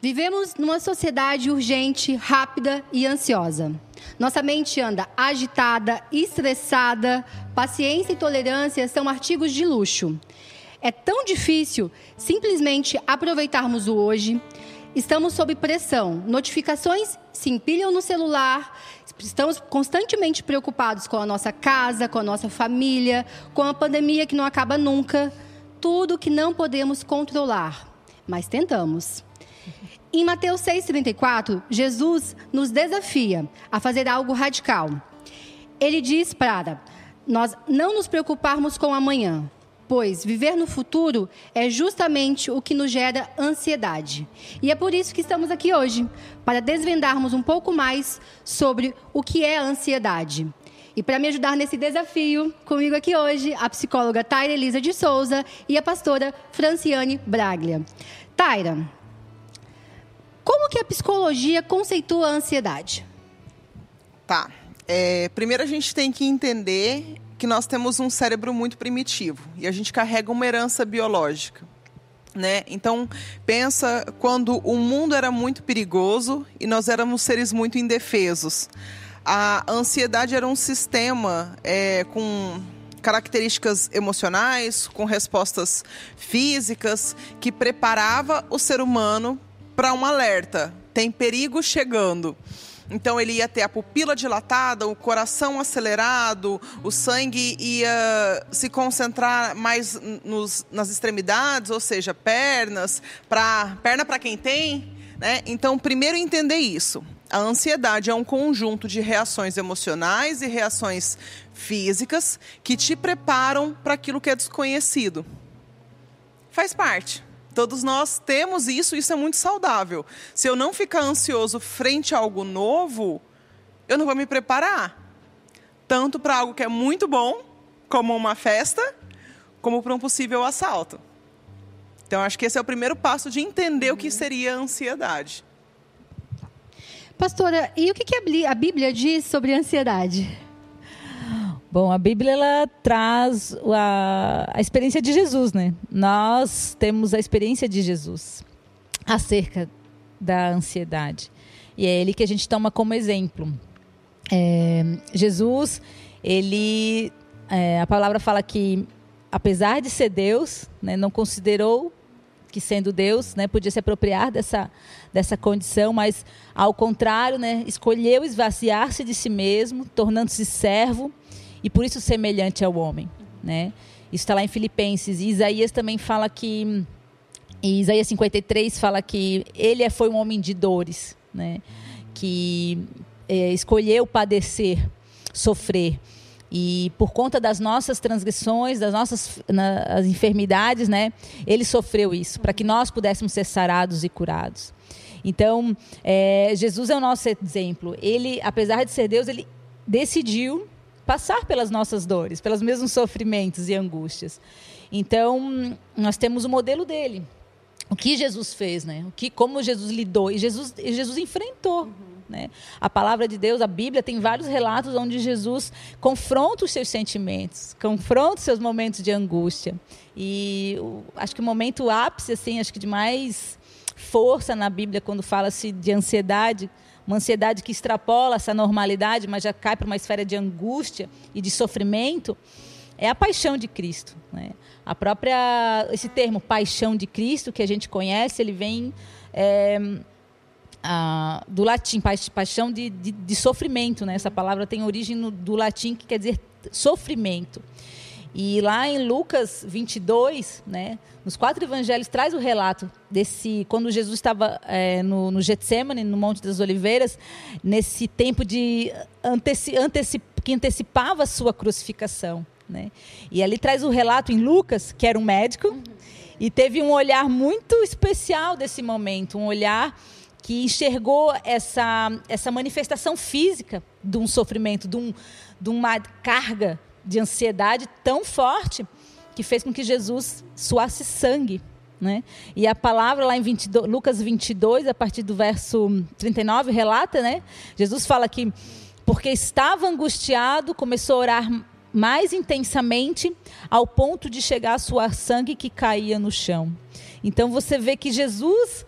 Vivemos numa sociedade urgente, rápida e ansiosa. Nossa mente anda agitada, estressada, paciência e tolerância são artigos de luxo. É tão difícil simplesmente aproveitarmos o hoje. Estamos sob pressão, notificações se empilham no celular, estamos constantemente preocupados com a nossa casa, com a nossa família, com a pandemia que não acaba nunca. Tudo que não podemos controlar, mas tentamos. Em Mateus 6,34, Jesus nos desafia a fazer algo radical. Ele diz para nós não nos preocuparmos com o amanhã, pois viver no futuro é justamente o que nos gera ansiedade. E é por isso que estamos aqui hoje, para desvendarmos um pouco mais sobre o que é a ansiedade. E para me ajudar nesse desafio, comigo aqui hoje, a psicóloga Taira Elisa de Souza e a pastora Franciane Braglia. Taira, como que a psicologia conceitua a ansiedade? Tá. Primeiro a gente tem que entender que nós temos um cérebro muito primitivo e a gente carrega uma herança biológica, né? Então, pensa quando o mundo era muito perigoso e nós éramos seres muito indefesos. A ansiedade era um sistema com características emocionais, com respostas físicas, que preparava o ser humano para um alerta. Tem perigo chegando. Então ele ia ter a pupila dilatada, o coração acelerado, o sangue ia se concentrar mais nas extremidades, ou seja, perna para quem tem, né? Então, primeiro entender isso. A ansiedade é um conjunto de reações emocionais e reações físicas que te preparam para aquilo que é desconhecido. Faz parte. Todos nós temos isso é muito saudável. Se eu não ficar ansioso frente a algo novo, eu não vou me preparar. Tanto para algo que é muito bom, como uma festa, como para um possível assalto. Então, acho que esse é o primeiro passo de entender o que seria a ansiedade. Pastora, e o que a Bíblia diz sobre a ansiedade? Bom, a Bíblia ela traz a experiência de Jesus, né? Nós temos a experiência de Jesus acerca da ansiedade. E é ele que a gente toma como exemplo. Jesus, a palavra fala que, apesar de ser Deus, né, não considerou que sendo Deus, né, podia se apropriar dessa condição, mas ao contrário, né, escolheu esvaziar-se de si mesmo, tornando-se servo, e por isso semelhante ao homem, né? Isso está lá em Filipenses. E Isaías também fala que, em Isaías 53 fala que ele foi um homem de dores, né? Que escolheu padecer, sofrer. E por conta das nossas transgressões, das nossas as enfermidades, né? Ele sofreu isso, para que nós pudéssemos ser sarados e curados. Então, Jesus é o nosso exemplo. Ele, apesar de ser Deus, ele decidiu passar pelas nossas dores, pelos mesmos sofrimentos e angústias. Então, nós temos o modelo dele. O que Jesus fez, né? Como Jesus lidou. E Jesus enfrentou. Né? A palavra de Deus, a Bíblia, tem vários relatos onde Jesus confronta os seus sentimentos, confronta os seus momentos de angústia. E acho que o momento ápice, assim, acho que de mais força na Bíblia, quando fala-se de ansiedade, uma ansiedade que extrapola essa normalidade, mas já cai para uma esfera de angústia e de sofrimento, é a paixão de Cristo, né? Esse termo paixão de Cristo que a gente conhece, ele vem do latim, paixão de sofrimento, né? Essa palavra tem origem do latim, que quer dizer sofrimento. E lá em Lucas 22, né, nos 4 evangelhos, traz o relato quando Jesus estava no Getsêmani, no Monte das Oliveiras, nesse tempo que antecipava a sua crucificação. Né? E ali traz o relato em Lucas, que era um médico, e teve um olhar muito especial desse momento, um olhar que enxergou essa manifestação física de um sofrimento, de uma carga de ansiedade tão forte que fez com que Jesus suasse sangue, né? E a palavra lá em Lucas 22, a partir do verso 39, relata, né? Jesus fala que, porque estava angustiado, começou a orar mais intensamente, ao ponto de chegar a suar sangue que caía no chão. Então você vê que Jesus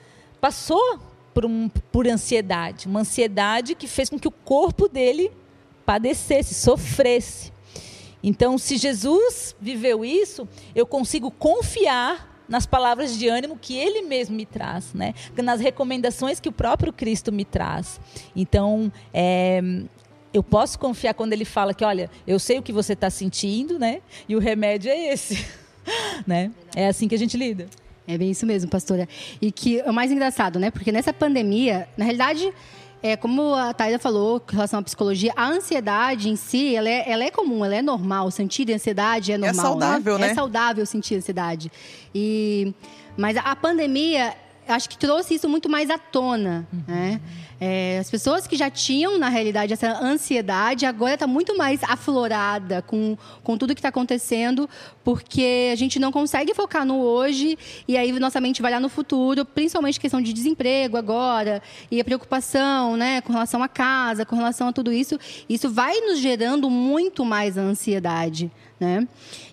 passou por ansiedade. Uma ansiedade que fez com que o corpo dele padecesse, sofresse. Então, se Jesus viveu isso, eu consigo confiar nas palavras de ânimo que Ele mesmo me traz, né? Nas recomendações que o próprio Cristo me traz. Então, eu posso confiar quando Ele fala que, olha, eu sei o que você está sentindo, né? E o remédio é esse. Né? É assim que a gente lida. É bem isso mesmo, pastora. E que é o mais engraçado, né? Porque nessa pandemia, na realidade, como a Thaida falou com relação à psicologia, a ansiedade em si, ela é comum, ela é normal. Sentir ansiedade é normal, saudável, né? É saudável sentir ansiedade. Mas a pandemia, acho que trouxe isso muito mais à tona, né? As pessoas que já tinham, na realidade, essa ansiedade, agora está muito mais aflorada com tudo que está acontecendo, porque a gente não consegue focar no hoje, e aí nossa mente vai lá no futuro, principalmente questão de desemprego agora, e a preocupação, né, com relação à casa, com relação a tudo isso. Isso vai nos gerando muito mais a ansiedade, né?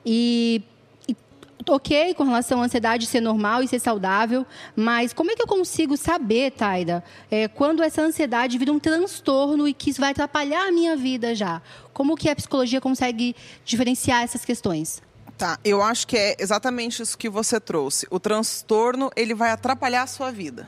Ok, com relação à ansiedade ser normal e ser saudável, mas como é que eu consigo saber, Thaida, quando essa ansiedade vira um transtorno e que isso vai atrapalhar a minha vida já? Como que a psicologia consegue diferenciar essas questões? Tá, eu acho que é exatamente isso que você trouxe. O transtorno, ele vai atrapalhar a sua vida.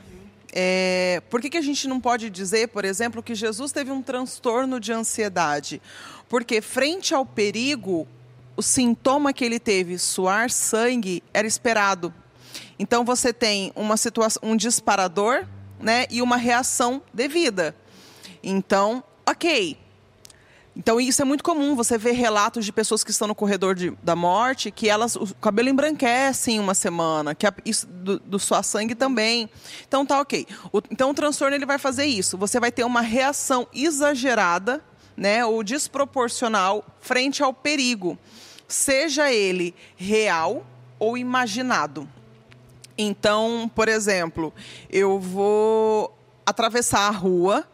Por que a gente não pode dizer, por exemplo, que Jesus teve um transtorno de ansiedade? Porque frente ao perigo, o sintoma que ele teve, suar sangue, era esperado. Então, você tem uma situação, um disparador, né, e uma reação devida. Então, ok. Então, isso é muito comum. Você vê relatos de pessoas que estão no corredor da morte, que o cabelo embranquece em uma semana, que isso do suar sangue também. Então, tá ok. Então, o transtorno ele vai fazer isso. Você vai ter uma reação exagerada, né, ou desproporcional frente ao perigo, seja ele real ou imaginado. Então, por exemplo, eu vou atravessar a rua,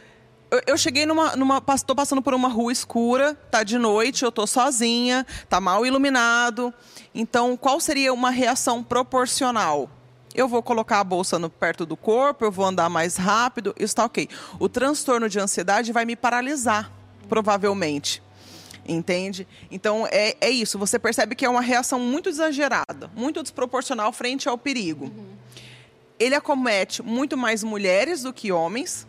eu cheguei estou passando por uma rua escura, tá de noite, eu estou sozinha, tá mal iluminado. Então, qual seria uma reação proporcional? Eu vou colocar a bolsa perto do corpo, eu vou andar mais rápido, isso está ok. O transtorno de ansiedade vai me paralisar, provavelmente. Entende? Então, é isso. Você percebe que é uma reação muito exagerada, muito desproporcional frente ao perigo. Ele acomete muito mais mulheres do que homens,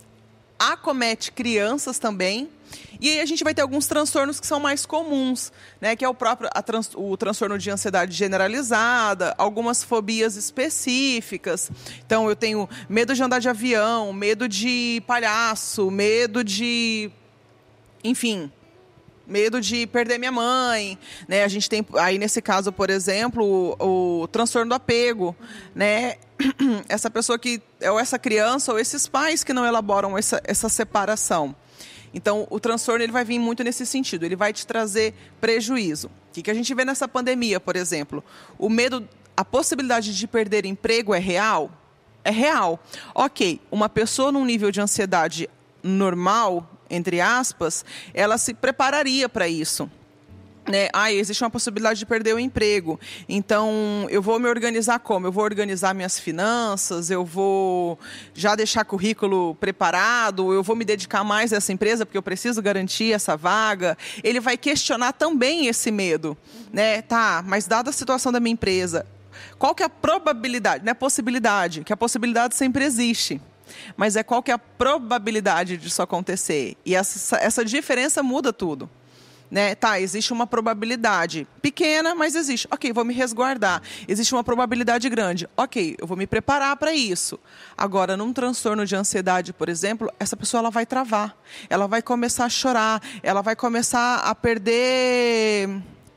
acomete crianças também. E aí a gente vai ter alguns transtornos que são mais comuns, né? Que é o transtorno de ansiedade generalizada, algumas fobias específicas. Então, eu tenho medo de andar de avião, medo de palhaço, medo de... Enfim, medo de perder minha mãe, né? A gente tem aí nesse caso, por exemplo, o transtorno do apego, né? Essa pessoa ou essa criança ou esses pais que não elaboram essa separação. Então, o transtorno ele vai vir muito nesse sentido, ele vai te trazer prejuízo. O que a gente vê nessa pandemia, por exemplo? O medo, a possibilidade de perder emprego é real? É real. Ok, uma pessoa num nível de ansiedade normal, entre aspas, ela se prepararia para isso. Né? Existe uma possibilidade de perder o emprego. Então, eu vou me organizar como? Eu vou organizar minhas finanças, eu vou já deixar currículo preparado, eu vou me dedicar mais a essa empresa porque eu preciso garantir essa vaga. Ele vai questionar também esse medo. Né? Tá, mas dada a situação da minha empresa, qual que é a probabilidade? Não é possibilidade, que a possibilidade sempre existe. Mas qual que é a probabilidade disso acontecer? E essa diferença muda tudo. Né? Tá, existe uma probabilidade pequena, mas existe. Ok, vou me resguardar. Existe uma probabilidade grande. Ok, eu vou me preparar para isso. Agora, num transtorno de ansiedade, por exemplo, essa pessoa ela vai travar. Ela vai começar a chorar. Ela vai começar a perder...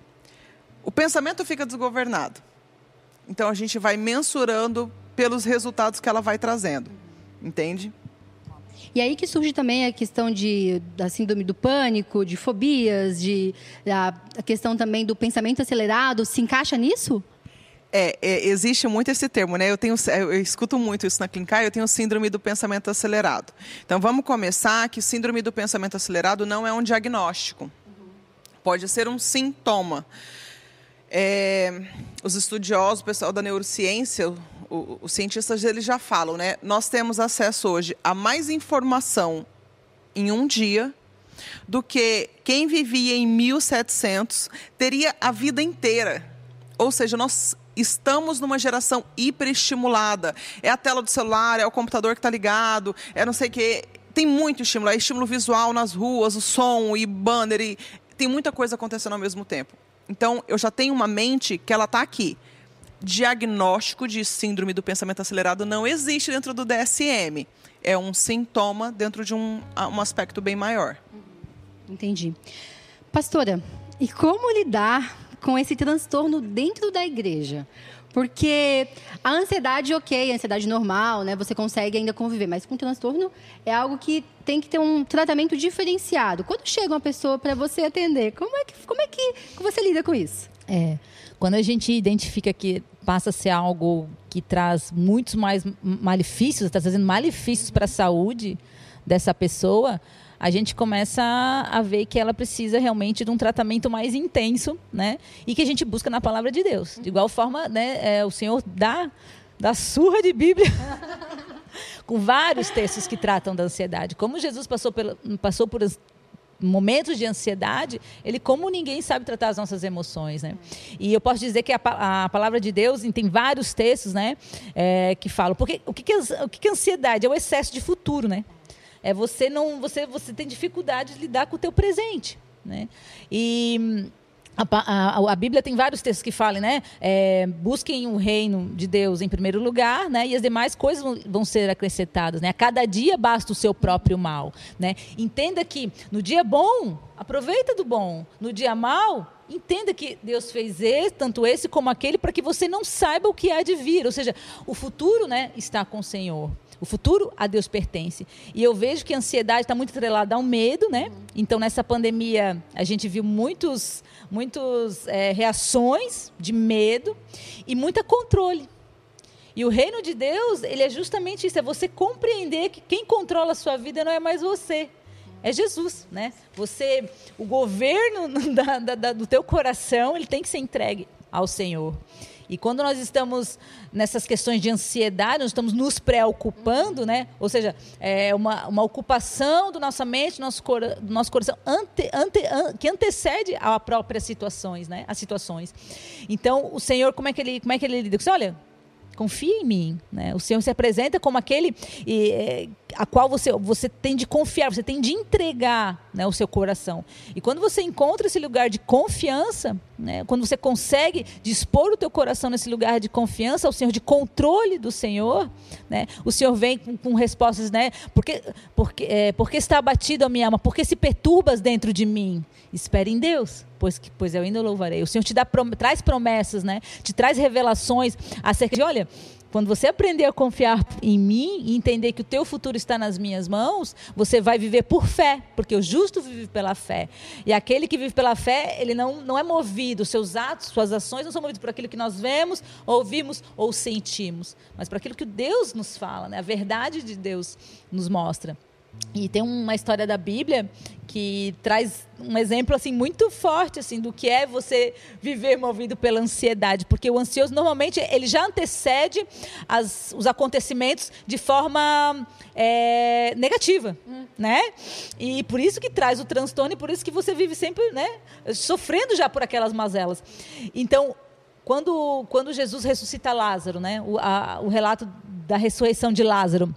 O pensamento fica desgovernado. Então, a gente vai mensurando pelos resultados que ela vai trazendo. Entende? E aí que surge também a questão da síndrome do pânico, de fobias, a questão também do pensamento acelerado. Se encaixa nisso? Existe muito esse termo, né? Eu escuto muito isso na clínica, eu tenho síndrome do pensamento acelerado. Então, vamos começar que síndrome do pensamento acelerado não é um diagnóstico. Pode ser um sintoma. Os estudiosos, o pessoal da neurociência, os cientistas eles já falam, né? Nós temos acesso hoje a mais informação em um dia do que quem vivia em 1700 teria a vida inteira. Ou seja, nós estamos numa geração hiperestimulada. É a tela do celular, é o computador que está ligado, é não sei o quê. Tem muito estímulo, é estímulo visual nas ruas, o som e banner, e tem muita coisa acontecendo ao mesmo tempo. Então, eu já tenho uma mente que ela está aqui. Diagnóstico de síndrome do pensamento acelerado não existe dentro do DSM. É um sintoma dentro de um aspecto bem maior. Entendi. Pastora, e como lidar com esse transtorno dentro da igreja? Porque a ansiedade, ok, a ansiedade normal, né? Você consegue ainda conviver, mas com transtorno é algo que tem que ter um tratamento diferenciado. Quando chega uma pessoa para você atender, como é que você lida com isso? Quando a gente identifica que passa a ser algo que traz muitos mais malefícios, está trazendo malefícios para a saúde dessa pessoa, a gente começa a ver que ela precisa realmente de um tratamento mais intenso, né? E que a gente busca na palavra de Deus. De igual forma, né, o Senhor dá surra de Bíblia com vários textos que tratam da ansiedade. Como Jesus passou por momentos de ansiedade, ele, como ninguém, sabe tratar as nossas emoções, né? E eu posso dizer que a palavra de Deus tem vários textos, né, que falam. Porque o que é ansiedade? É o excesso de futuro, né? Você tem dificuldade de lidar com o teu presente, né? E a Bíblia tem vários textos que falam, né? Busquem o reino de Deus em primeiro lugar, né? E as demais coisas vão ser acrescentadas, né? A cada dia basta o seu próprio mal, né? Entenda que no dia bom, aproveita do bom. No dia mau, entenda que Deus fez tanto esse como aquele, para que você não saiba o que há de vir. Ou seja, o futuro, né, está com o Senhor. O futuro a Deus pertence. E eu vejo que a ansiedade está muito atrelada ao medo, né? Então, nessa pandemia, a gente viu muitas reações de medo e muito controle. E o reino de Deus, ele é justamente isso, é você compreender que quem controla a sua vida não é mais você, é Jesus, né? O governo do teu coração, ele tem que ser entregue ao Senhor. E quando nós estamos nessas questões de ansiedade, nós estamos nos preocupando, né? Ou seja, é uma ocupação da nossa mente, do nosso coração, que antecede a próprias situações, né? As situações. Então, o Senhor, como é que ele lida? Ele diz, olha, confia em mim, né? O Senhor se apresenta como aquele a qual você tem de confiar, você tem de entregar, né, o seu coração. E quando você encontra esse lugar de confiança, né, quando você consegue dispor o teu coração nesse lugar de confiança ao Senhor, de controle do Senhor, né, o Senhor vem com respostas, né? Porque está abatido a minha alma? Porque se perturbas dentro de mim? Espere em Deus, pois eu ainda louvarei. O Senhor te traz promessas, né? Te traz revelações acerca de, olha, quando você aprender a confiar em mim e entender que o teu futuro está nas minhas mãos, você vai viver por fé, porque o justo vive pela fé. E aquele que vive pela fé, ele não é movido, seus atos, suas ações não são movidos por aquilo que nós vemos, ouvimos ou sentimos, mas por aquilo que Deus nos fala, né? A verdade de Deus nos mostra. E tem uma história da Bíblia que traz um exemplo assim, muito forte assim, do que é você viver movido pela ansiedade. Porque o ansioso, normalmente, ele já antecede os acontecimentos de forma negativa. Né? E por isso que traz o transtorno e por isso que você vive sempre, né, sofrendo já por aquelas mazelas. Então, quando Jesus ressuscita Lázaro, né, o relato da ressurreição de Lázaro,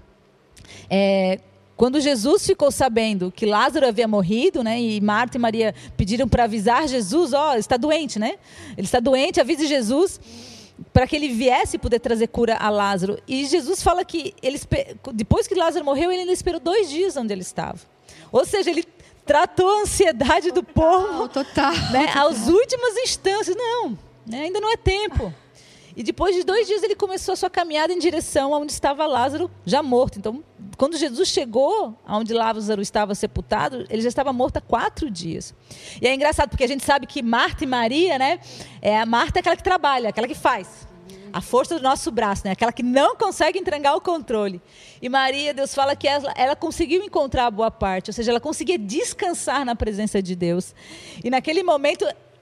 quando Jesus ficou sabendo que Lázaro havia morrido, né, e Marta e Maria pediram para avisar Jesus, ele está doente, né? Ele está doente, avise Jesus para que ele viesse poder trazer cura a Lázaro. E Jesus fala que depois que Lázaro morreu, ele ainda esperou 2 dias onde ele estava. Ou seja, ele tratou a ansiedade do povo, né, às últimas instâncias. Não, né, ainda não é tempo. E depois de 2 dias ele começou a sua caminhada em direção aonde estava Lázaro, já morto. Então, quando Jesus chegou aonde Lázaro estava sepultado, ele já estava morto há 4 dias. E é engraçado, porque a gente sabe que Marta e Maria, né? A Marta é aquela que trabalha, aquela que faz. A força do nosso braço, né? Aquela que não consegue entregar o controle. E Maria, Deus fala que ela conseguiu encontrar a boa parte, ou seja, ela conseguia descansar na presença de Deus. E naquele momento,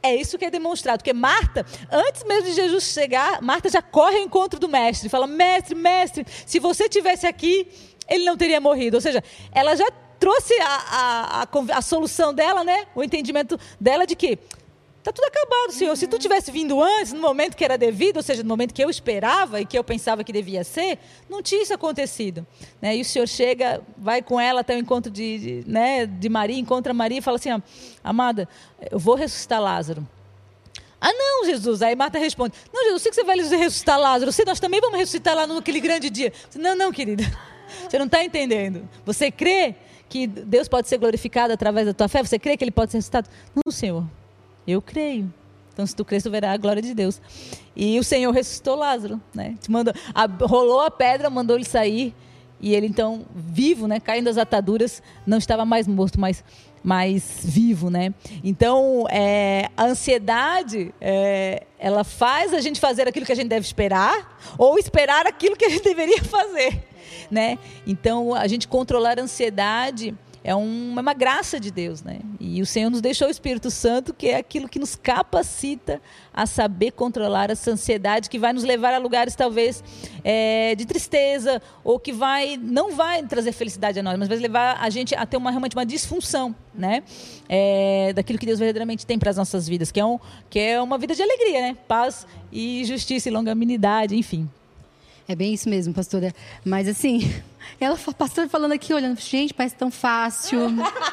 é isso que é demonstrado. Porque Marta, antes mesmo de Jesus chegar, Marta já corre ao encontro do mestre. Fala, mestre, se você tivesse aqui, ele não teria morrido. Ou seja, ela já trouxe a solução dela, né? O entendimento dela de que está tudo acabado, Senhor. Se tu tivesse vindo antes, no momento que era devido, ou seja, no momento que eu esperava e que eu pensava que devia ser, não tinha isso acontecido. Né? E o Senhor chega, vai com ela até o encontro de Maria, encontra Maria e fala assim, amada, eu vou ressuscitar Lázaro. Ah, não, Jesus. Aí Marta responde, não, Jesus, eu sei que você vai ressuscitar Lázaro, nós também vamos ressuscitar lá naquele grande dia. Não, querida, você não está entendendo. Você crê que Deus pode ser glorificado através da tua fé? Você crê que Ele pode ser ressuscitado? Não, Senhor. Eu creio. Então, se tu crês, tu verás a glória de Deus. E o Senhor ressuscitou Lázaro, né? Rolou a pedra, mandou ele sair. E ele, então, vivo, né? Caindo das ataduras, não estava mais morto, mas vivo, né? Então, a ansiedade, ela faz a gente fazer aquilo que a gente deve esperar, ou esperar aquilo que a gente deveria fazer, né? Então, a gente controlar a ansiedade é uma graça de Deus, né? E o Senhor nos deixou o Espírito Santo, que é aquilo que nos capacita a saber controlar essa ansiedade, que vai nos levar a lugares talvez de tristeza, ou que não vai trazer felicidade a nós, mas vai levar a gente a ter realmente uma disfunção, né? Daquilo que Deus verdadeiramente tem para as nossas vidas, que é uma vida de alegria, né? Paz e justiça e longanimidade, enfim. É bem isso mesmo, pastora. Mas assim, a pastora falando aqui, olhando, gente, parece tão fácil.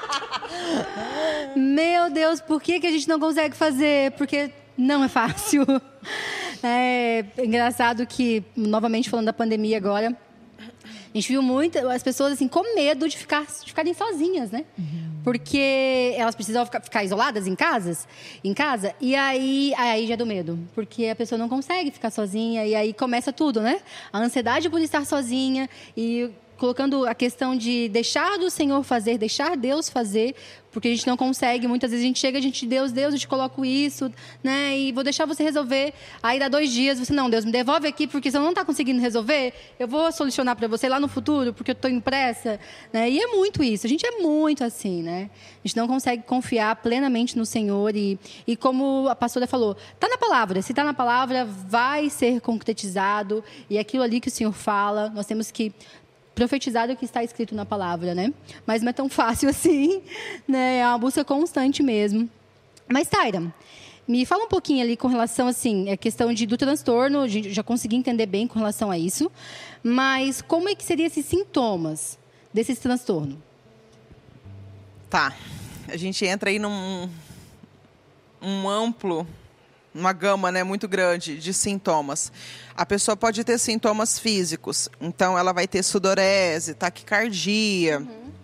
Meu Deus, por que a gente não consegue fazer? Porque não é fácil. É engraçado que, novamente falando da pandemia agora, a gente viu as pessoas assim, com medo de ficarem sozinhas, né? Porque elas precisavam ficar isoladas em casa, e aí já deu medo. Porque a pessoa não consegue ficar sozinha, e aí começa tudo, né? A ansiedade por estar sozinha, e colocando a questão de deixar do Senhor fazer, deixar Deus fazer, porque a gente não consegue. Muitas vezes a gente chega, Deus, eu te coloco isso, né? E vou deixar você resolver. Aí dá 2 dias, você, não, Deus, me devolve aqui, porque você não está conseguindo resolver, eu vou solucionar para você lá no futuro, porque eu estou impressa, né? E é muito isso, a gente é muito assim, né? A gente não consegue confiar plenamente no Senhor e como a pastora falou, está na palavra, se está na palavra, vai ser concretizado, e aquilo ali que o Senhor fala, nós temos que profetizar o que está escrito na palavra, né? Mas não é tão fácil assim, né? É uma busca constante mesmo. Mas, Taira, me fala um pouquinho ali com relação, assim, a questão do transtorno, a gente já consegui entender bem com relação a isso, mas como é que seriam esses sintomas desse transtorno? Tá, a gente entra aí num amplo, uma gama, né, muito grande de sintomas. A pessoa pode ter sintomas físicos, então ela vai ter sudorese, taquicardia,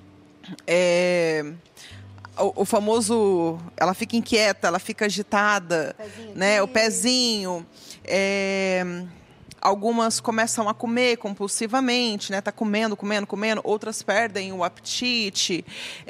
o famoso, ela fica inquieta, ela fica agitada, né, o pezinho. Algumas começam a comer compulsivamente, né, tá comendo, outras perdem o apetite.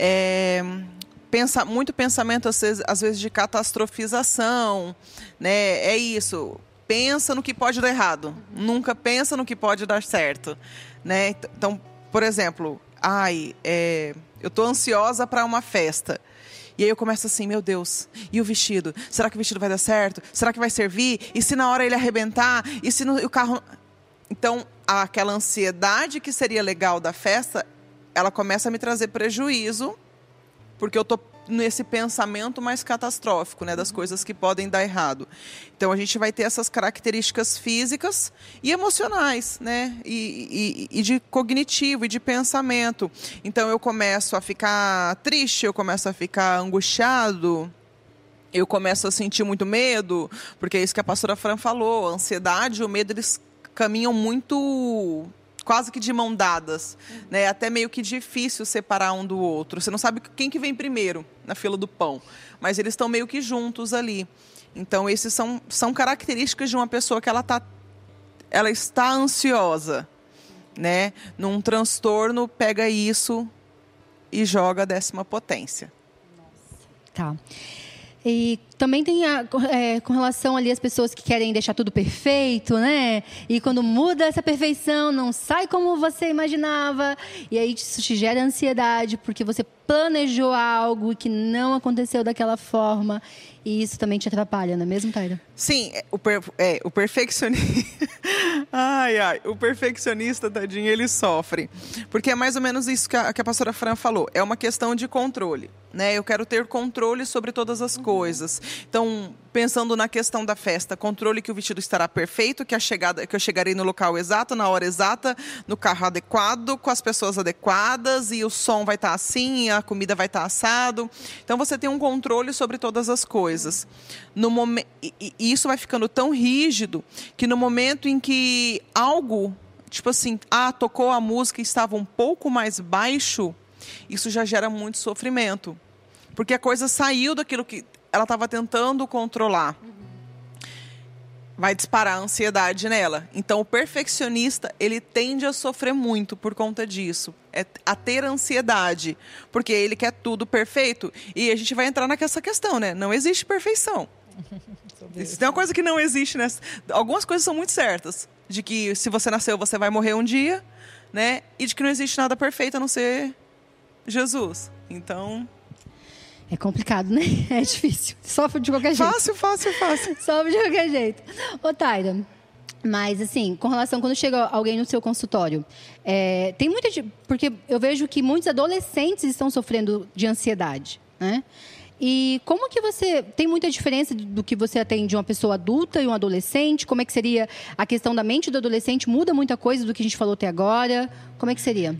Muito pensamento, às vezes, de catastrofização, né? É isso. Pensa no que pode dar errado. Nunca pensa no que pode dar certo, né? Então, por exemplo, eu estou ansiosa para uma festa. E aí eu começo assim, meu Deus, e o vestido? Será que o vestido vai dar certo? Será que vai servir? E se na hora ele arrebentar? E se o carro... Então, aquela ansiedade que seria legal da festa, ela começa a me trazer prejuízo, porque eu estou nesse pensamento mais catastrófico, né, das coisas que podem dar errado. Então, a gente vai ter essas características físicas e emocionais, né, e de cognitivo e de pensamento. Então, eu começo a ficar triste, eu começo a ficar angustiado, eu começo a sentir muito medo, porque é isso que a pastora Fran falou, a ansiedade e o medo, eles caminham muito... quase que de mão dadas, né? Até meio que difícil separar um do outro. Você não sabe quem que vem primeiro na fila do pão, mas eles estão meio que juntos ali. Então, esses são características de uma pessoa que ela está ansiosa, né? Num transtorno, pega isso e joga a 10ª potência. Tá. E também tem com relação ali as pessoas que querem deixar tudo perfeito, né? E quando muda essa perfeição, não sai como você imaginava. E aí isso te gera ansiedade, porque você planejou algo que não aconteceu daquela forma. E isso também te atrapalha, não é mesmo, Taira? Sim, o perfeccionista... o perfeccionista, tadinho, ele sofre. Porque é mais ou menos isso que a pastora Fran falou. É uma questão de controle, né? Eu quero ter controle sobre todas as coisas. Então, pensando na questão da festa, controle que o vestido estará perfeito, que eu chegarei no local exato, na hora exata, no carro adequado, com as pessoas adequadas, e o som vai estar assim, e a comida vai estar assado. Então, você tem um controle sobre todas as coisas. E isso vai ficando tão rígido que no momento em que algo, tipo assim, tocou a música e estava um pouco mais baixo, isso já gera muito sofrimento. Porque a coisa saiu daquilo que ela estava tentando controlar. Vai disparar a ansiedade nela. Então, o perfeccionista, ele tende a sofrer muito por conta disso. A ter ansiedade. Porque ele quer tudo perfeito. E a gente vai entrar nessa questão, né? Não existe perfeição. Se tem uma coisa que não existe, né? Algumas coisas são muito certas. De que se você nasceu, você vai morrer um dia, né? E de que não existe nada perfeito a não ser Jesus. Então... É complicado, né? É difícil. Sofre de qualquer jeito. Fácil. Sofre de qualquer jeito. Ô, Taira, mas assim, com relação quando chega alguém no seu consultório, tem muita... Porque eu vejo que muitos adolescentes estão sofrendo de ansiedade, né? E como que você... Tem muita diferença do que você atende uma pessoa adulta e um adolescente? Como é que seria a questão da mente do adolescente? Muda muita coisa do que a gente falou até agora? Como é que seria?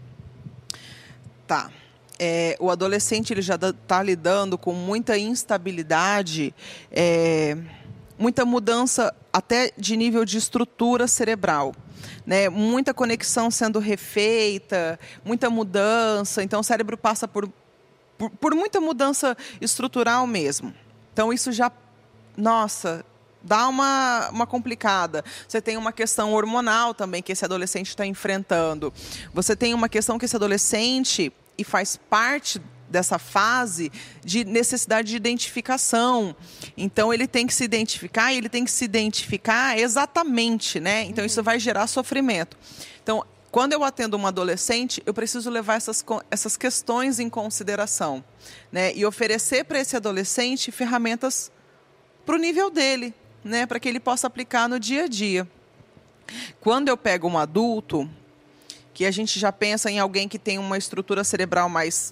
Tá. O adolescente ele já está lidando com muita instabilidade, muita mudança até de nível de estrutura cerebral, né? Muita conexão sendo refeita, muita mudança. Então, o cérebro passa por muita mudança estrutural mesmo. Então, isso já... Nossa... dá uma complicada. Você tem uma questão hormonal também que esse adolescente está enfrentando. Você tem uma questão que esse adolescente... e faz parte dessa fase de necessidade de identificação. Então, ele tem que se identificar e ele tem que se identificar exatamente, né? Então, isso vai gerar sofrimento. Então, quando eu atendo um adolescente, eu preciso levar essas questões em consideração, né? E oferecer para esse adolescente ferramentas para o nível dele, né? Para que ele possa aplicar no dia a dia. Quando eu pego um adulto... que a gente já pensa em alguém que tem uma estrutura cerebral mais...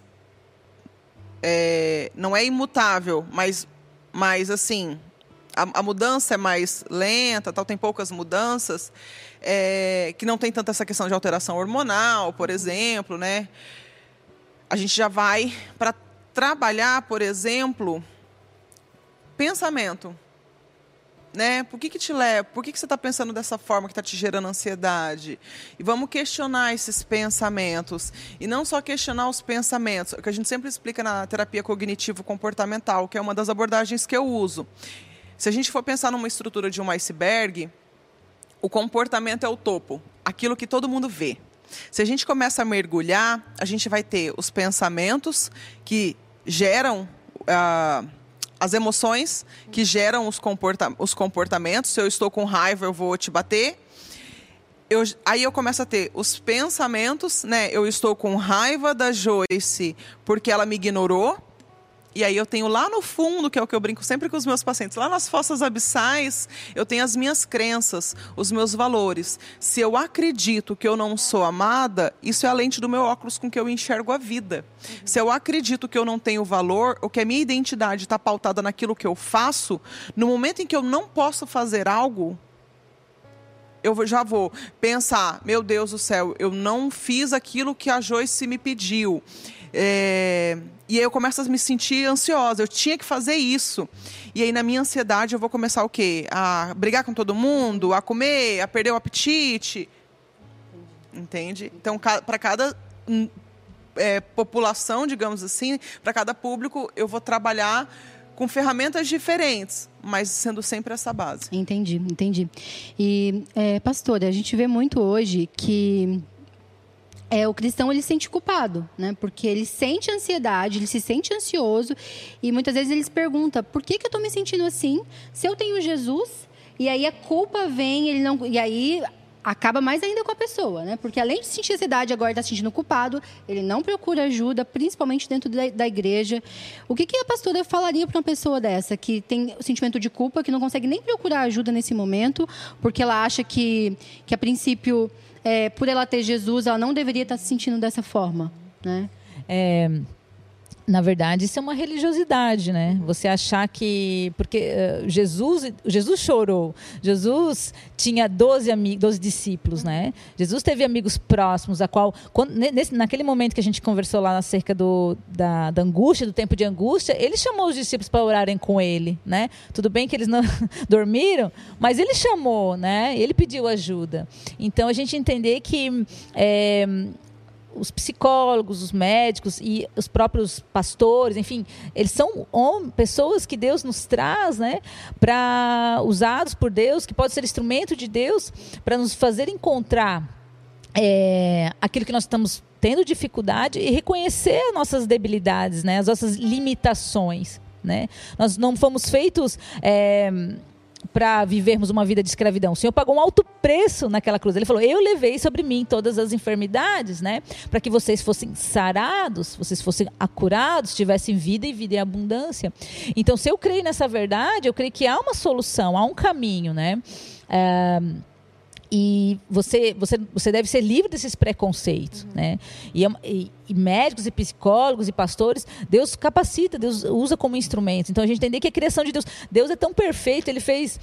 não é imutável, mas assim, a mudança é mais lenta, tem poucas mudanças, que não tem tanta essa questão de alteração hormonal, por exemplo, né? A gente já vai para trabalhar, por exemplo, pensamento. Né? Por que te leva? Por que você está pensando dessa forma que está te gerando ansiedade? E vamos questionar esses pensamentos. E não só questionar os pensamentos, o que a gente sempre explica na terapia cognitivo-comportamental, que é uma das abordagens que eu uso. Se a gente for pensar numa estrutura de um iceberg, o comportamento é o topo, aquilo que todo mundo vê. Se a gente começa a mergulhar, a gente vai ter os pensamentos que geram... as emoções que geram os comportamentos. Se eu estou com raiva, eu vou te bater. Aí eu começo a ter os pensamentos, né? Eu estou com raiva da Joyce porque ela me ignorou. E aí eu tenho lá no fundo, que é o que eu brinco sempre com os meus pacientes, lá nas fossas abissais, eu tenho as minhas crenças, os meus valores. Se eu acredito que eu não sou amada, isso é a lente do meu óculos com que eu enxergo a vida. Se eu acredito que eu não tenho valor, ou que a minha identidade está pautada naquilo que eu faço, no momento em que eu não posso fazer algo, eu já vou pensar, meu Deus do céu, eu não fiz aquilo que a Joyce me pediu. E aí eu começo a me sentir ansiosa, eu tinha que fazer isso. E aí na minha ansiedade eu vou começar o quê? A brigar com todo mundo, a comer, a perder o apetite. Entende? Então, para cada população, digamos assim, para cada público, eu vou trabalhar com ferramentas diferentes, mas sendo sempre essa base. Entendi. E, pastora, a gente vê muito hoje que... o cristão, ele se sente culpado, né? Porque ele sente ansiedade, ele se sente ansioso e muitas vezes ele se pergunta, por que eu estou me sentindo assim? Se eu tenho Jesus, e aí a culpa vem, e aí acaba mais ainda com a pessoa, né? Porque além de sentir ansiedade, agora está se sentindo culpado, ele não procura ajuda, principalmente dentro da igreja. O que a pastora falaria para uma pessoa dessa, que tem o sentimento de culpa, que não consegue nem procurar ajuda nesse momento, porque ela acha que a princípio, por ela ter Jesus, ela não deveria estar se sentindo dessa forma, né? Na verdade, isso é uma religiosidade, né? Você achar que... Porque Jesus chorou. Jesus tinha 12 discípulos, né? Jesus teve amigos próximos, naquele momento que a gente conversou lá acerca da angústia, do tempo de angústia, ele chamou os discípulos para orarem com ele, né? Tudo bem que eles não dormiram, mas ele chamou, né? Ele pediu ajuda. Então, a gente entender que... os psicólogos, os médicos e os próprios pastores, enfim, eles são pessoas que Deus nos traz, né, usados por Deus, que pode ser instrumento de Deus para nos fazer encontrar aquilo que nós estamos tendo dificuldade e reconhecer as nossas debilidades, né, as nossas limitações, né? Nós não fomos feitos para vivermos uma vida de escravidão. O Senhor pagou um alto preço naquela cruz. Ele falou, eu levei sobre mim todas as enfermidades, né? Para que vocês fossem sarados, vocês fossem acurados, tivessem vida e vida em abundância. Então, se eu creio nessa verdade, eu creio que há uma solução, há um caminho, né? E você deve ser livre desses preconceitos, né? E médicos e psicólogos e pastores, Deus capacita, Deus usa como instrumento. Então a gente entender que a criação de Deus é tão perfeito, Ele fez,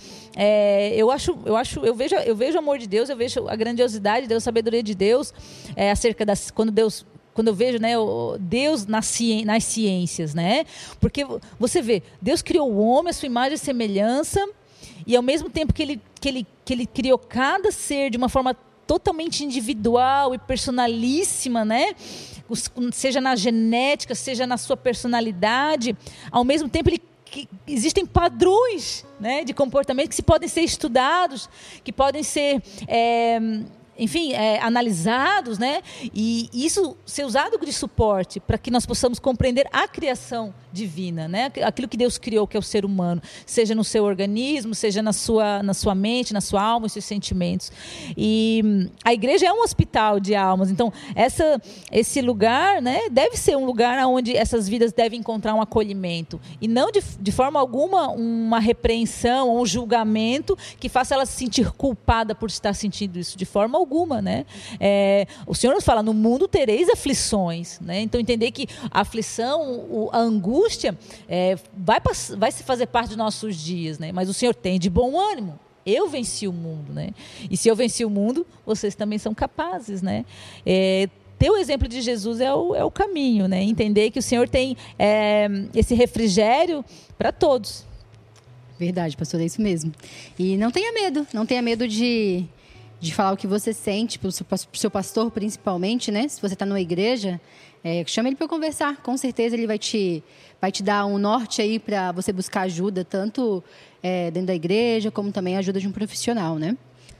eu vejo o amor de Deus, eu vejo a grandiosidade de Deus, a sabedoria de Deus, acerca quando eu vejo, né, Deus nas ciências, né? Porque você vê, Deus criou o homem à sua imagem e semelhança, e ao mesmo tempo que ele criou cada ser de uma forma totalmente individual e personalíssima, né? Seja na genética, seja na sua personalidade, ao mesmo tempo existem padrões, né, de comportamento que podem ser estudados, que podem ser analisados, né? E isso ser usado de suporte para que nós possamos compreender a criação divina, né? Aquilo que Deus criou, que é o ser humano, seja no seu organismo, seja na sua mente, na sua alma, nos seus sentimentos. E a igreja é um hospital de almas, então esse lugar, né, deve ser um lugar onde essas vidas devem encontrar um acolhimento, e não de forma alguma uma repreensão ou um julgamento que faça ela se sentir culpada por estar sentindo isso, de forma alguma, né? O Senhor nos fala, no mundo tereis aflições, né? Então entender que a aflição, a angústia vai se fazer parte dos nossos dias, né? Mas o Senhor tem de bom ânimo. Eu venci o mundo, né? E se eu venci o mundo, vocês também são capazes, né? Ter o exemplo de Jesus é o caminho, né? Entender que o Senhor tem esse refrigério para todos. Verdade, pastor, é isso mesmo. E não tenha medo de falar o que você sente, para o seu pastor principalmente, né? Se você está numa igreja, chama ele para conversar. Com certeza ele vai te dar um norte aí para você buscar ajuda, tanto dentro da igreja, como também a ajuda de um profissional, né?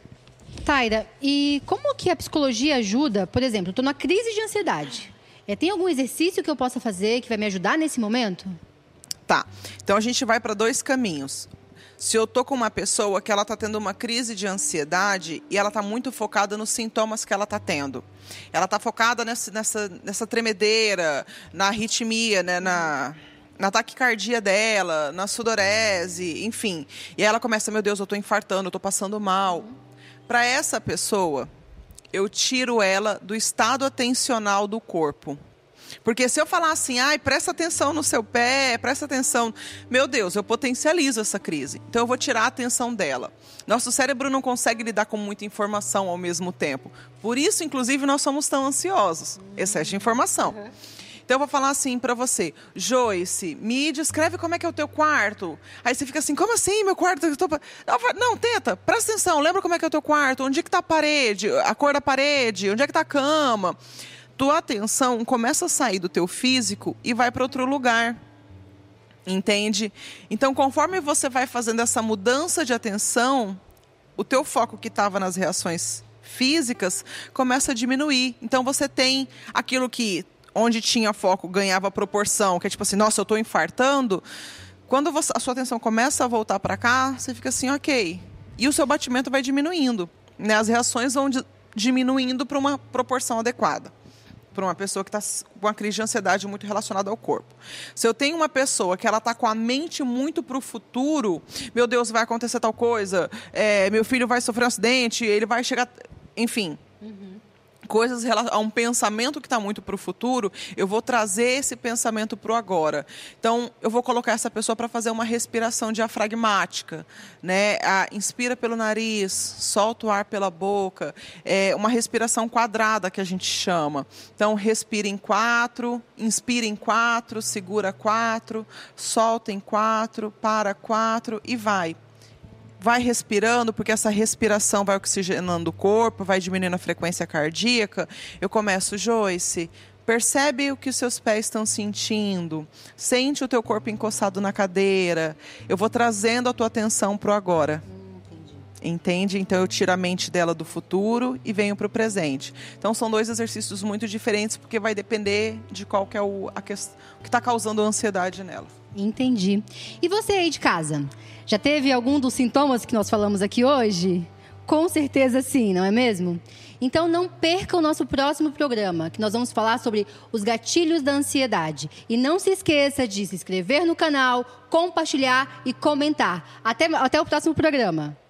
Taira, e como que a psicologia ajuda? Por exemplo, eu estou numa crise de ansiedade. Tem algum exercício que eu possa fazer que vai me ajudar nesse momento? Tá. Então a gente vai para 2 caminhos. Se eu tô com uma pessoa que ela está tendo uma crise de ansiedade e ela está muito focada nos sintomas que ela está tendo. Ela está focada nessa tremedeira, na arritmia, né, na taquicardia dela, na sudorese, enfim. E aí ela começa, meu Deus, eu estou infartando, eu estou passando mal. Para essa pessoa, eu tiro ela do estado atencional do corpo. Porque se eu falar assim, presta atenção no seu pé, presta atenção... Meu Deus, eu potencializo essa crise. Então, eu vou tirar a atenção dela. Nosso cérebro não consegue lidar com muita informação ao mesmo tempo. Por isso, inclusive, nós somos tão ansiosos. Excesso de informação. Então, eu vou falar assim para você. Joyce, me descreve como é que é o teu quarto. Aí você fica assim, como assim, meu quarto? Não, tenta, presta atenção. Lembra como é que é o teu quarto? Onde é que está a parede? A cor da parede? Onde é que está a cama? Tua atenção começa a sair do teu físico e vai para outro lugar. Entende? Então, conforme você vai fazendo essa mudança de atenção, o teu foco que estava nas reações físicas começa a diminuir. Então, você tem aquilo que, onde tinha foco, ganhava proporção, que é tipo assim, nossa, eu estou infartando. Quando a sua atenção começa a voltar para cá, você fica assim, ok. E o seu batimento vai diminuindo. né, as reações vão diminuindo para uma proporção adequada. Para uma pessoa que está com uma crise de ansiedade muito relacionada ao corpo. Se eu tenho uma pessoa que ela está com a mente muito para o futuro, meu Deus, vai acontecer tal coisa, meu filho vai sofrer um acidente, ele vai chegar... Enfim, coisas a um pensamento que está muito para o futuro, eu vou trazer esse pensamento para o agora. Então, eu vou colocar essa pessoa para fazer uma respiração diafragmática, né? Inspira pelo nariz, solta o ar pela boca, uma respiração quadrada que a gente chama. Então, respira em 4, inspira em 4, segura 4, solta em 4, para 4 e vai. Vai respirando, porque essa respiração vai oxigenando o corpo, vai diminuindo a frequência cardíaca. Eu começo, Joyce, percebe o que os seus pés estão sentindo. Sente o teu corpo encostado na cadeira. Eu vou trazendo a tua atenção para o agora. Entende? Então, eu tiro a mente dela do futuro e venho para o presente. Então, são 2 exercícios muito diferentes, porque vai depender de qual que é o que está causando a ansiedade nela. Entendi. E você aí de casa? Já teve algum dos sintomas que nós falamos aqui hoje? Com certeza sim, não é mesmo? Então não perca o nosso próximo programa, que nós vamos falar sobre os gatilhos da ansiedade. E não se esqueça de se inscrever no canal, compartilhar e comentar. Até o próximo programa.